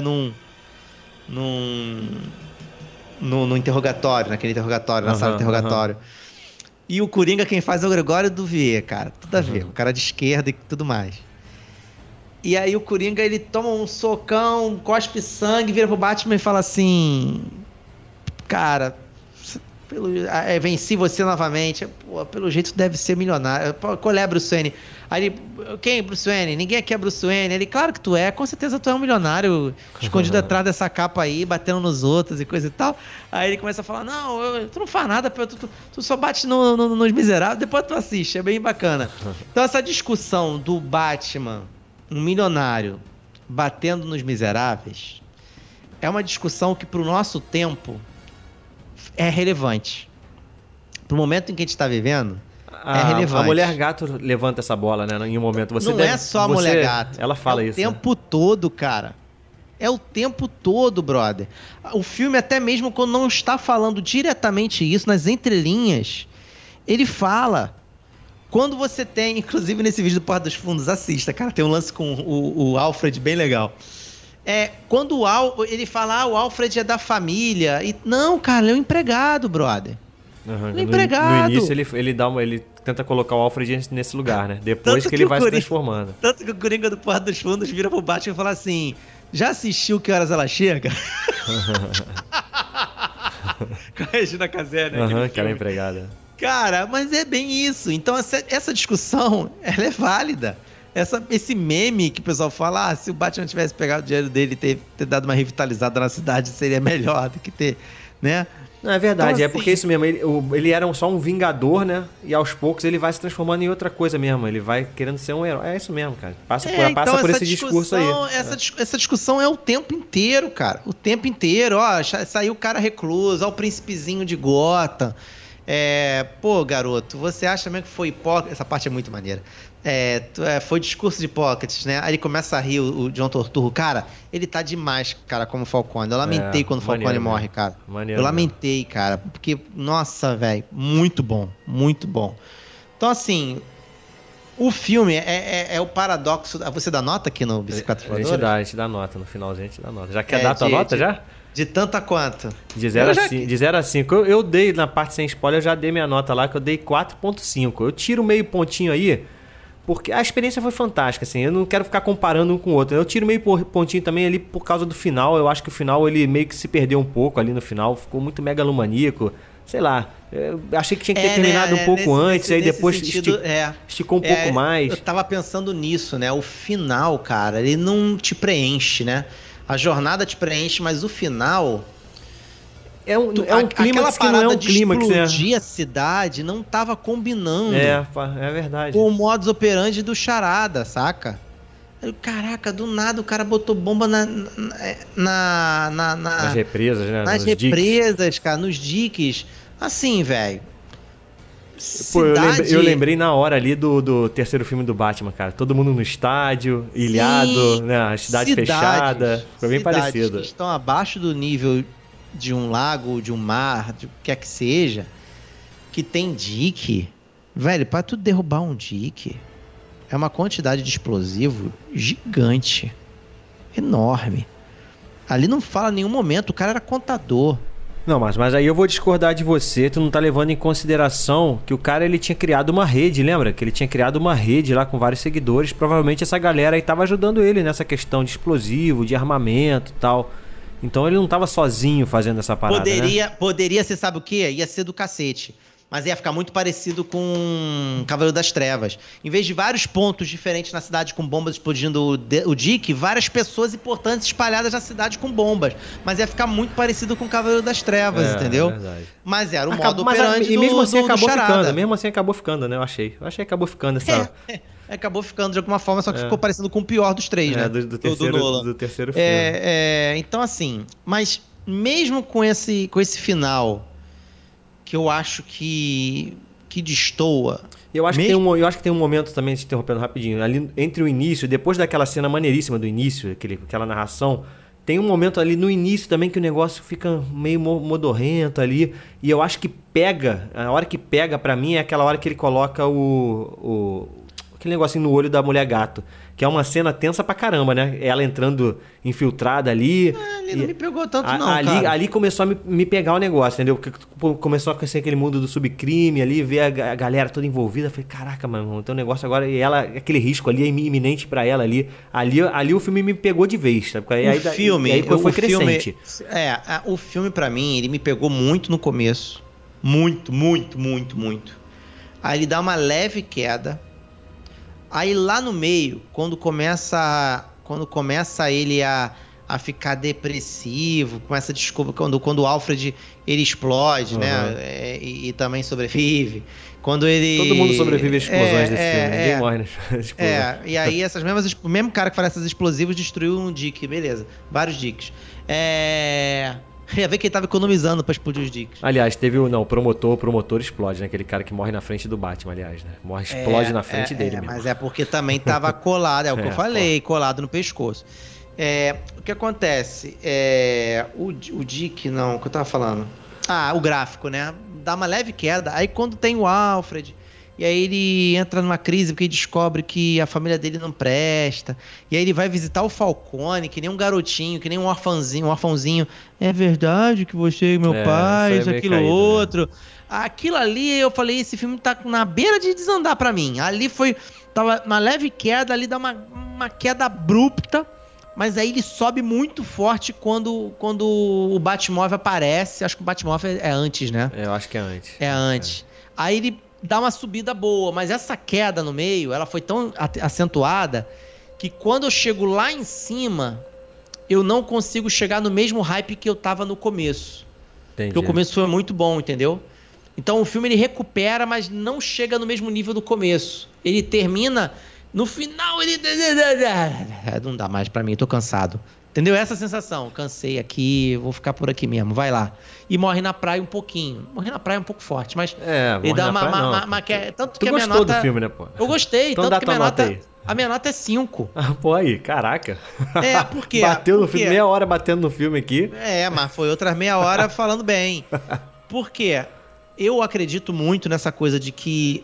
no interrogatório, naquele interrogatório, na sala de interrogatório. E o Coringa quem faz é o Gregório Duvier, cara. Tudo a ver, o cara de esquerda e tudo mais. E aí o Coringa, ele toma um socão, cospe sangue, vira pro Batman e fala assim... Cara, venci você novamente. Pelo jeito deve ser milionário. Qual é, Bruce Wayne? Aí ele... Quem, Bruce Wayne? Ninguém aqui é Bruce Wayne. Ele, claro que tu é. Com certeza tu é um milionário escondido atrás dessa capa aí, batendo nos outros e coisa e tal. Aí ele começa a falar, não, tu não faz nada, tu só bate nos miseráveis, depois tu assiste. É bem bacana. Então essa discussão do Batman... um milionário batendo nos miseráveis é uma discussão que pro nosso tempo é relevante. pro momento em que a gente tá vivendo, é relevante. A mulher gato levanta essa bola, né? Em um momento. Não é só a mulher gato. Ela fala isso. É o tempo todo, cara. É o tempo todo, brother. O filme, até mesmo quando não está falando diretamente isso, nas entrelinhas, ele fala. Quando você tem, inclusive nesse vídeo do Porta dos Fundos, assista, cara, tem um lance com o Alfred bem legal. Quando ele fala, o Alfred é da família. Não, cara, ele é um empregado, brother. Uhum. Ele é empregado. No início ele tenta colocar o Alfred nesse lugar, né? Depois que ele vai se transformando. Tanto que o Coringa do Porta dos Fundos vira pro Batman e fala assim, já assistiu Que Horas Ela Chega? Com a Regina Casé, né? Aham, que ela é empregada. Cara, mas é bem isso. Então essa discussão, ela é válida. Esse meme que o pessoal fala, se o Batman tivesse pegado o dinheiro dele e ter dado uma revitalizada na cidade, seria melhor do que ter, né? Não, é verdade, então, é porque isso mesmo, ele era só um vingador, né? E aos poucos ele vai se transformando em outra coisa mesmo, ele vai querendo ser um herói. É isso mesmo, cara. Passa por esse discurso aí. Essa discussão é o tempo inteiro, cara. O tempo inteiro, saiu o cara recluso, o príncipezinho de Gotham. Pô, garoto, você acha mesmo que foi hipócrita? Essa parte é muito maneira. Foi discurso de Hipócrates, né? Aí ele começa a rir, o John Turturro. Cara, ele tá demais, cara, como Falcone. Eu lamentei quando o Falcone morre, cara. Maneiro, eu lamentei, cara. Porque, nossa, velho, muito bom, muito bom. Então, assim, o filme é o paradoxo. Você dá nota aqui no Bicicleta Voadora? A gente dá nota, no finalzinho a gente dá nota. Já quer dar a tua nota já? De tanto a quanto? De 0 a 5. Eu dei, na parte sem spoiler, eu já dei minha nota lá, que eu dei 4.5. Eu tiro meio pontinho aí, porque a experiência foi fantástica, assim. Eu não quero ficar comparando um com o outro. Eu tiro meio pontinho também ali por causa do final. Eu acho que o final, ele meio que se perdeu um pouco ali no final. Ficou muito megalomaníaco. Sei lá. Eu achei que tinha que ter terminado um pouco antes, aí depois esticou um pouco mais. Eu tava pensando nisso, né? O final, cara, ele não te preenche, né? A jornada te preenche, mas o final... É um clímax que não é um clímax, né? Explodir a cidade não tava combinando. É verdade. Com o modus operandi do Charada, saca? Caraca, do nada o cara botou bomba nas represas, né? Nas represas, cara, nos diques. Assim, velho. Pô, eu lembrei na hora ali do terceiro filme do Batman, cara. Todo mundo no estádio, ilhado, né? A cidade fechada. Foi bem parecido. Que estão abaixo do nível de um lago, de um mar, de o que quer que seja, que tem dique. Velho, pra tu derrubar um dique, é uma quantidade de explosivo gigante. Enorme. Ali não fala em nenhum momento, o cara era contador. Não, mas aí eu vou discordar de você. Tu não tá levando em consideração que o cara, ele tinha criado uma rede, lembra? Que ele tinha criado uma rede lá com vários seguidores. Provavelmente essa galera aí tava ajudando ele nessa questão de explosivo, de armamento e tal. Então ele não tava sozinho fazendo essa parada, Poderia ser, sabe o quê? Ia ser do cacete. Mas ia ficar muito parecido com Cavaleiro das Trevas. Em vez de vários pontos diferentes na cidade com bombas explodindo o Dick, várias pessoas importantes espalhadas na cidade com bombas. Mas ia ficar muito parecido com Cavaleiro das Trevas, entendeu? Verdade. Mas era o modo operandi e mesmo assim acabou Charada. ficando. Mesmo assim acabou ficando, né? Eu achei que acabou ficando essa... Acabou ficando de alguma forma, só que ficou parecendo com o pior dos três, né? Do terceiro filme. Então, assim, mas mesmo com esse final... que eu acho que destoa. Eu acho que tem um momento também, se interrompendo rapidinho, ali entre o início, depois daquela cena maneiríssima do início, aquela narração, tem um momento ali no início também que o negócio fica meio modorrento ali, e eu acho que a hora que pega pra mim é aquela hora que ele coloca aquele negocinho no olho da mulher gato, que é uma cena tensa pra caramba, né? Ela entrando infiltrada ali. Ali não me pegou tanto não, cara. Ali começou a me pegar o negócio, entendeu? Começou a conhecer aquele mundo do subcrime ali, ver a galera toda envolvida. Falei, caraca, mano, tem um negócio agora. E ela, aquele risco ali é iminente pra ela ali. Ali o filme me pegou de vez, sabe? Aí foi crescente. O filme pra mim, ele me pegou muito no começo. Muito, muito, muito, muito. Aí ele dá uma leve queda. Aí lá no meio, quando começa ele a ficar depressivo, com essa desculpa, quando o Alfred ele explode, né? E também sobrevive. Quando ele... Todo mundo sobrevive às explosões desse filme, ninguém morre nas explosões. E aí o mesmo cara que faz essas explosivos destruiu um dique, beleza. Vários diques. Ia ver que ele tava economizando pra explodir os dicks. Aliás, teve o promotor explode, né? Aquele cara que morre na frente do Batman, aliás, né? Explode na frente dele mesmo. Mas é porque também tava colado, é o que eu falei, colado no pescoço. O que acontece? O Dick, não, o que eu tava falando? O gráfico, né? Dá uma leve queda. Aí quando tem o Alfred, e aí ele entra numa crise porque ele descobre que a família dele não presta. E aí ele vai visitar o Falcone, que nem um garotinho, que nem um orfãozinho. É verdade que você e meu pai, isso, aquilo, caído, outro. Né? Aquilo ali, eu falei, esse filme tá na beira de desandar pra mim. Ali tava uma leve queda, ali dá uma queda abrupta. Mas aí ele sobe muito forte quando o Batmóvel aparece. Acho que o Batmóvel é antes, né? Eu acho que é antes. É antes. Aí ele dá uma subida boa, mas essa queda no meio, ela foi tão acentuada que quando eu chego lá em cima, eu não consigo chegar no mesmo hype que eu tava no começo. Entendi. Porque o começo foi muito bom, entendeu? Então o filme ele recupera, mas não chega no mesmo nível do começo. Ele termina... No final ele... Não dá mais pra mim, eu tô cansado. Entendeu? Essa sensação. Cansei aqui, vou ficar por aqui mesmo, vai lá. E morre na praia um pouquinho. Morre na praia é um pouco forte, mas... ele dá uma tanto que a minha nota... Tu gostou do filme, né, pô? Eu gostei, então tanto que a nota aí. A minha nota é 5. Pô, aí, caraca. Por quê? Bateu no filme, meia hora batendo no filme aqui. Mas foi outras meia hora falando bem. Por quê? Eu acredito muito nessa coisa de que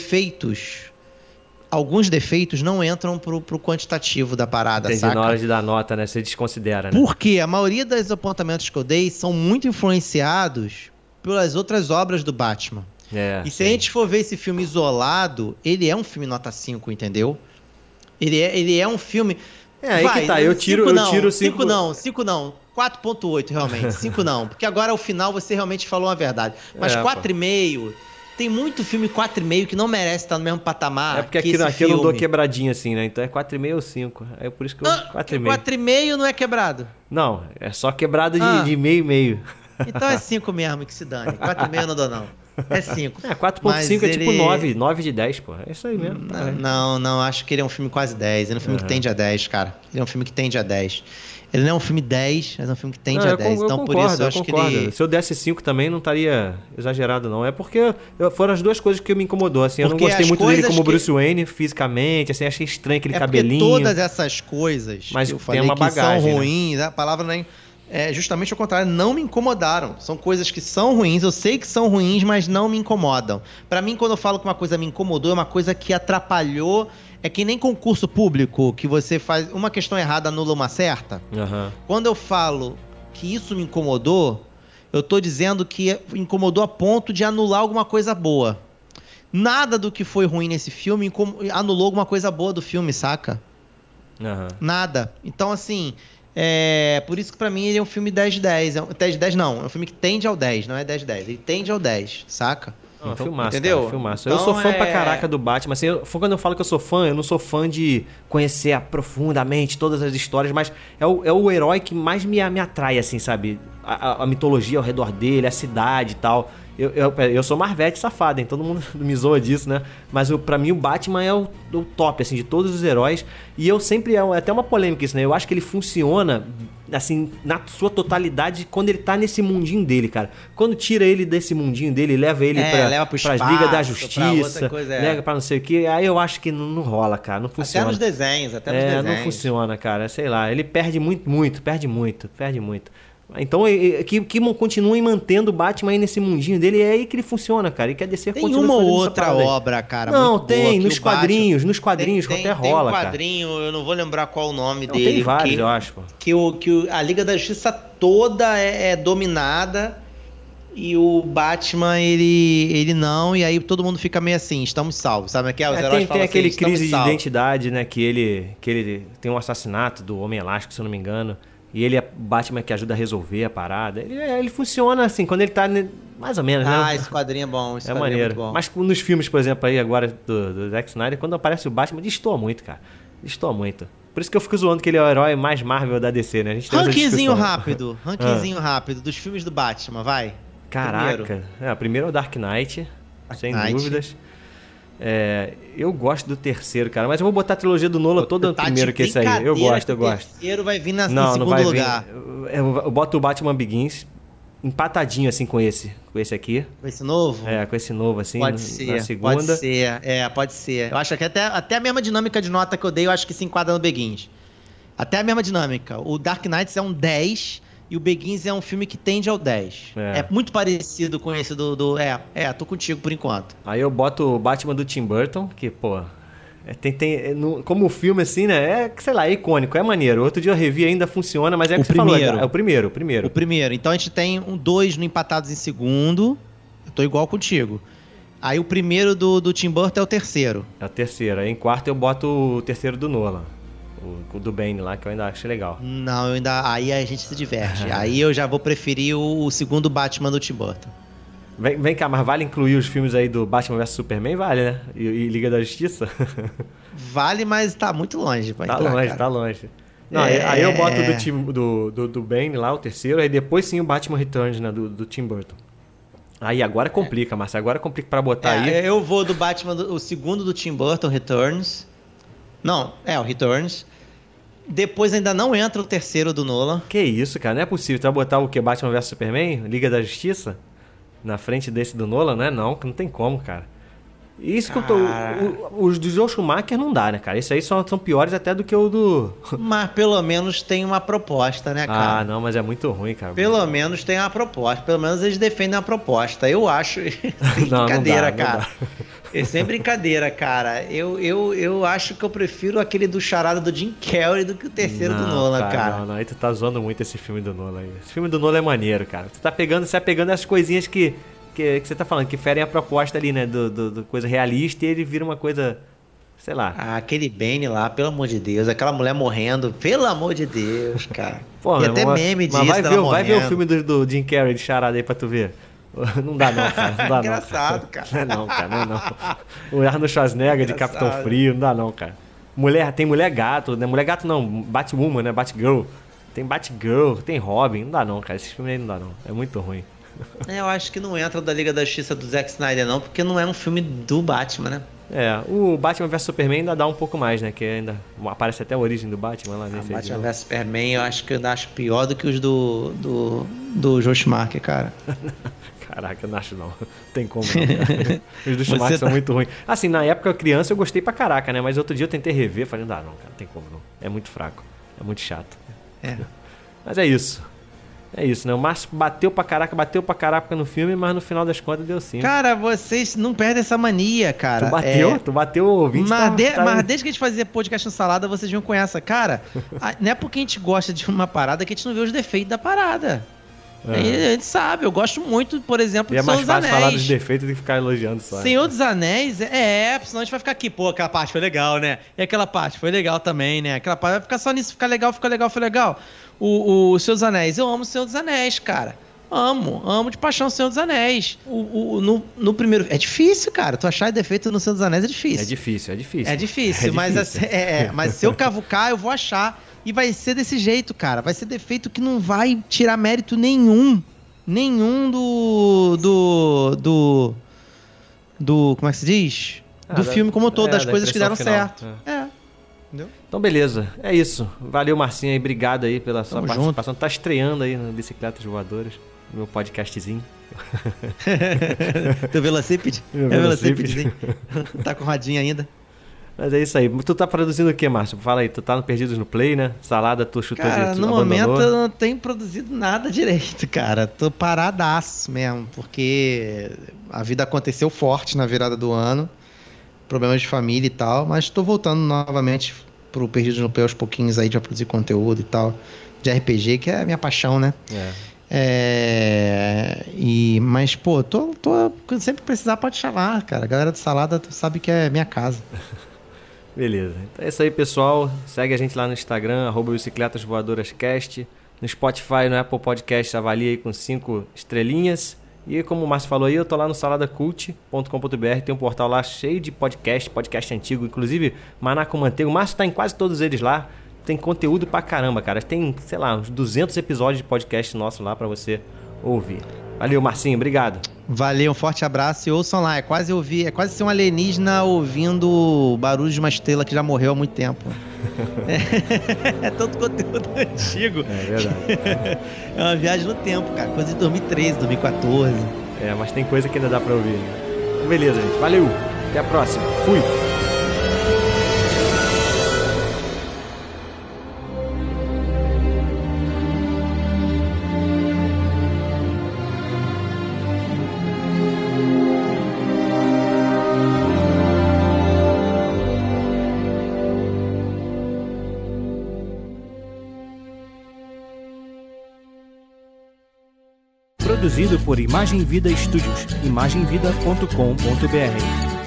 alguns defeitos não entram pro quantitativo da parada, saca? Na hora de dar nota, né? Você desconsidera, né? Porque a maioria dos apontamentos que eu dei são muito influenciados pelas outras obras do Batman. E se a gente for ver esse filme isolado, ele é um filme nota 5, entendeu? Ele é um filme... aí que tá, eu tiro 5... 5 não, 4.8 realmente, 5 não. Porque agora ao final você realmente falou a verdade. Mas 4,5... Tem muito filme 4,5 que não merece estar no mesmo patamar. Porque aqui eu não dou quebradinha assim, né? Então é 4,5 ou 5. É por isso que eu... 4,5. 4,5 não é quebrado? Não, é só quebrado de meio. Então é 5 mesmo, que se dane. 4,5 eu não dou, não. É 5. 4,5 é tipo 9 de 10, pô. É isso aí mesmo. Não, acho que ele é um filme quase 10. Ele é um filme que tende a 10, cara. Ele é um filme que tende a 10. Ele não é um filme 10, mas é um filme que tende a 10. Então, por isso, eu acho que ele... Se eu desse 5 também, não estaria exagerado, não. É porque foram as duas coisas que me incomodou, assim. Eu não gostei muito dele como Bruce Wayne, fisicamente, assim. Achei estranho aquele cabelinho. Todas essas coisas mas que eu falei tem uma bagagem, são ruins, né? A palavra nem... justamente ao contrário, não me incomodaram. São coisas que são ruins, eu sei que são ruins, mas não me incomodam. Pra mim, quando eu falo que uma coisa me incomodou, é uma coisa que atrapalhou. É que nem concurso público, que você faz uma questão errada, anula uma certa. Quando eu falo que isso me incomodou, eu tô dizendo que incomodou a ponto de anular alguma coisa boa. Nada do que foi ruim nesse filme anulou alguma coisa boa do filme, saca? Nada. Então, assim... por isso que pra mim ele é um filme 10 de 10. 10 de 10 não, é um filme que tende ao 10, não é 10 de 10. Ele tende ao 10, saca? Então, filmaço, entendeu? Cara, filmaço. Então, eu sou fã pra caraca do Batman. Assim, quando eu falo que eu sou fã, eu não sou fã de conhecer profundamente todas as histórias, mas é o herói que mais me atrai, assim, sabe? A mitologia ao redor dele, a cidade e tal. Eu sou Marvete safado, hein? Todo mundo me zoa disso, né? Mas pra mim o Batman é o top, assim, de todos os heróis. E eu sempre... É até uma polêmica isso, né? Eu acho que ele funciona, assim, na sua totalidade quando ele tá nesse mundinho dele, cara. Quando tira ele desse mundinho dele, leva ele pras Ligas da Justiça, leva pra não sei o que, aí eu acho que não rola, cara. Não funciona. Até nos desenhos. Não funciona, cara. Sei lá, ele perde muito. Então, que continuem mantendo o Batman aí nesse mundinho dele, é aí que ele funciona, cara. E que a DC continua fazendo essa parada. Tem uma outra obra, cara, não, tem, nos quadrinhos até rola, cara. Tem um quadrinho, eu não vou lembrar qual o nome dele. Tem vários, eu acho, pô. Que a Liga da Justiça toda é dominada e o Batman, ele não, e aí todo mundo fica meio assim, estamos salvos, sabe? Os heróis tem aquele assim, crise de identidade, né? Que ele tem um assassinato do Homem Elástico, se eu não me engano. E ele é Batman que ajuda a resolver a parada. Ele funciona assim, quando ele tá mais ou menos, né? Esse quadrinho é bom, é maneiro. É muito bom. Mas nos filmes, por exemplo, aí agora do Zack Snyder, quando aparece o Batman, destoa muito, cara. Destoa muito. Por isso que eu fico zoando que ele é o herói mais Marvel da DC, né? A gente tem rankingzinho rápido dos filmes do Batman, vai. Caraca. Primeiro é o Dark Knight, sem dúvidas. Eu gosto do terceiro, cara, mas eu vou botar a trilogia do Nolan toda primeiro que esse aí. Eu gosto. O terceiro vai vir em não segundo vai lugar. Eu boto o Batman Begins empatadinho assim com esse aqui. Com esse novo? Com esse novo assim, pode ser, na segunda. Pode ser, pode ser. Eu acho que até a mesma dinâmica de nota que eu dei, eu acho que se enquadra no Begins. Até a mesma dinâmica. O Dark Knight é um 10 e o Begins é um filme que tende ao 10. É muito parecido com esse tô contigo por enquanto. Aí eu boto o Batman do Tim Burton, que, pô... como filme assim, né? Sei lá, é icônico, é maneiro. Outro dia eu revi, ainda funciona, mas o que você falou, é o primeiro. O primeiro. Então a gente tem 2 no empatados em segundo. Eu tô igual contigo. Aí o primeiro do Tim Burton é o terceiro. É o terceiro. Aí em quarto eu boto o terceiro do Nolan. O do Bane lá, que eu ainda acho legal. Não, aí a gente se diverte. Aí eu já vou preferir o segundo Batman do Tim Burton. Vem cá, mas vale incluir os filmes aí do Batman vs Superman? Vale, né? E Liga da Justiça? Vale, mas tá muito longe. Tá longe. Não, aí eu boto do Bane lá, o terceiro, aí depois sim o Batman Returns, né? Do Tim Burton. Aí agora complica, Márcio. Agora complica pra botar aí. Eu vou do Batman, o segundo do Tim Burton, Returns. Não, o Returns. Depois ainda não entra o terceiro do Nolan. Que isso, cara? Não é possível. Tu vai botar o quê? Batman vs Superman? Liga da Justiça? Na frente desse do Nolan, né? Não tem como, cara. Isso que eu tô... Os do Joe Schumacher não dá, né, cara? Isso aí são piores até do que o do... Mas pelo menos tem uma proposta, né, cara? Não, mas é muito ruim, cara. Pelo menos tem uma proposta. Pelo menos eles defendem a proposta. Eu acho... brincadeira, cara. É sem brincadeira, cara. Eu acho que eu prefiro aquele do charada do Jim Carrey do que o terceiro do Nolan, cara. Não. Aí tu tá zoando muito esse filme do Nolan aí. Esse filme do Nolan é maneiro, cara. Tu tá pegando essas coisinhas que você tá falando, que ferem a proposta ali, né? Do coisa realista e ele vira uma coisa, sei lá. Aquele Bane lá, pelo amor de Deus. Aquela mulher morrendo, pelo amor de Deus, cara. Pô, e até meme disso, vai ver o filme do Jim Carrey de charada aí pra tu ver. Não dá não, cara. Não dá engraçado, cara. Não, cara. Não. O Arnold Schwarzenegger de Capitão Frio, não dá não, cara. Tem mulher gato, né? Mulher gato não, Batwoman, né? Batgirl. Tem Batgirl, tem Robin. Não dá não, cara. Esse filme aí não dá não. É muito ruim. Eu acho que não entra da Liga da Justiça do Zack Snyder não, porque não é um filme do Batman, né? O Batman vs Superman ainda dá um pouco mais, né? Que ainda aparece até a origem do Batman lá nesse Batman vs Superman eu acho que eu acho pior do que os do Joe Schumacher, cara. Caraca, eu não acho não. Tem como não, cara. Os do Schumacher são muito ruins. Assim, na época criança eu gostei pra caraca, né? Mas outro dia eu tentei rever, falei, não dá não, cara. Não tem como não. É muito fraco. É muito chato. Mas é isso. É isso, né? O Márcio bateu pra caraca no filme, mas no final das contas deu sim. Cara, vocês não perdem essa mania, cara. Tu bateu o ouvinte. Mas desde que a gente fazia podcast no Salada, vocês vinham com essa. Cara, não é porque a gente gosta de uma parada que a gente não vê os defeitos da parada. A gente sabe, eu gosto muito, por exemplo, de Senhor dos Anéis. É mais fácil falar dos defeitos do que ficar elogiando só. Senhor dos Anéis, senão a gente vai ficar aqui, pô, aquela parte foi legal, né? E aquela parte foi legal também, né? Aquela parte vai ficar só nisso, fica legal, foi legal. O Senhor dos Anéis, eu amo o Senhor dos Anéis, cara. Amo de paixão o Senhor dos Anéis. No primeiro... É difícil, cara. Tu achar defeito no Senhor dos Anéis é difícil. É difícil, mas se eu cavucar, eu vou achar. E vai ser desse jeito, cara. Vai ser defeito que não vai tirar mérito nenhum. Do como é que se diz? Do filme como todo, das coisas que deram certo. Entendeu? Então, beleza. É isso. Valeu, Marcinho, aí. Obrigado aí pela sua participação. Tá estreando aí no Bicicletas Voadoras, no meu podcastzinho. Teu Velocípede? Velocípede. Tá com rodinha ainda. Mas é isso aí. Tu tá produzindo o que, Márcio? Fala aí. Tu tá no Perdidos no Play, né? Salada, tu chutou de tu no momento eu não tenho produzido nada direito, cara. Tô paradaço mesmo, porque a vida aconteceu forte na virada do ano. Problemas de família e tal. Mas tô voltando novamente pro Perdidos no Play aos pouquinhos aí, de produzir conteúdo e tal. De RPG, que é a minha paixão, né? Mas, pô, sempre precisar pode chamar, cara. A galera do Salada sabe que é minha casa. Beleza. Então é isso aí, pessoal. Segue a gente lá no Instagram, @bicicletasvoadorascast. No Spotify, no Apple Podcast, avalia aí com 5 estrelinhas. E como o Márcio falou aí, eu tô lá no saladacult.com.br. Tem um portal lá cheio de podcast antigo. Inclusive, Maná com Manteiga. O Márcio tá em quase todos eles lá. Tem conteúdo pra caramba, cara. Tem, sei lá, uns 200 episódios de podcast nosso lá pra você ouvir. Valeu, Marcinho. Obrigado. Valeu, um forte abraço e ouçam lá. É quase ser um alienígena ouvindo o barulho de uma estrela que já morreu há muito tempo. É todo conteúdo antigo. É verdade. É uma viagem no tempo, cara. Coisa de 2013, 2014. Mas tem coisa que ainda dá pra ouvir. Né? Beleza, gente. Valeu. Até a próxima. Fui. Produzido por Imagem Vida Studios, imagemvida.com.br.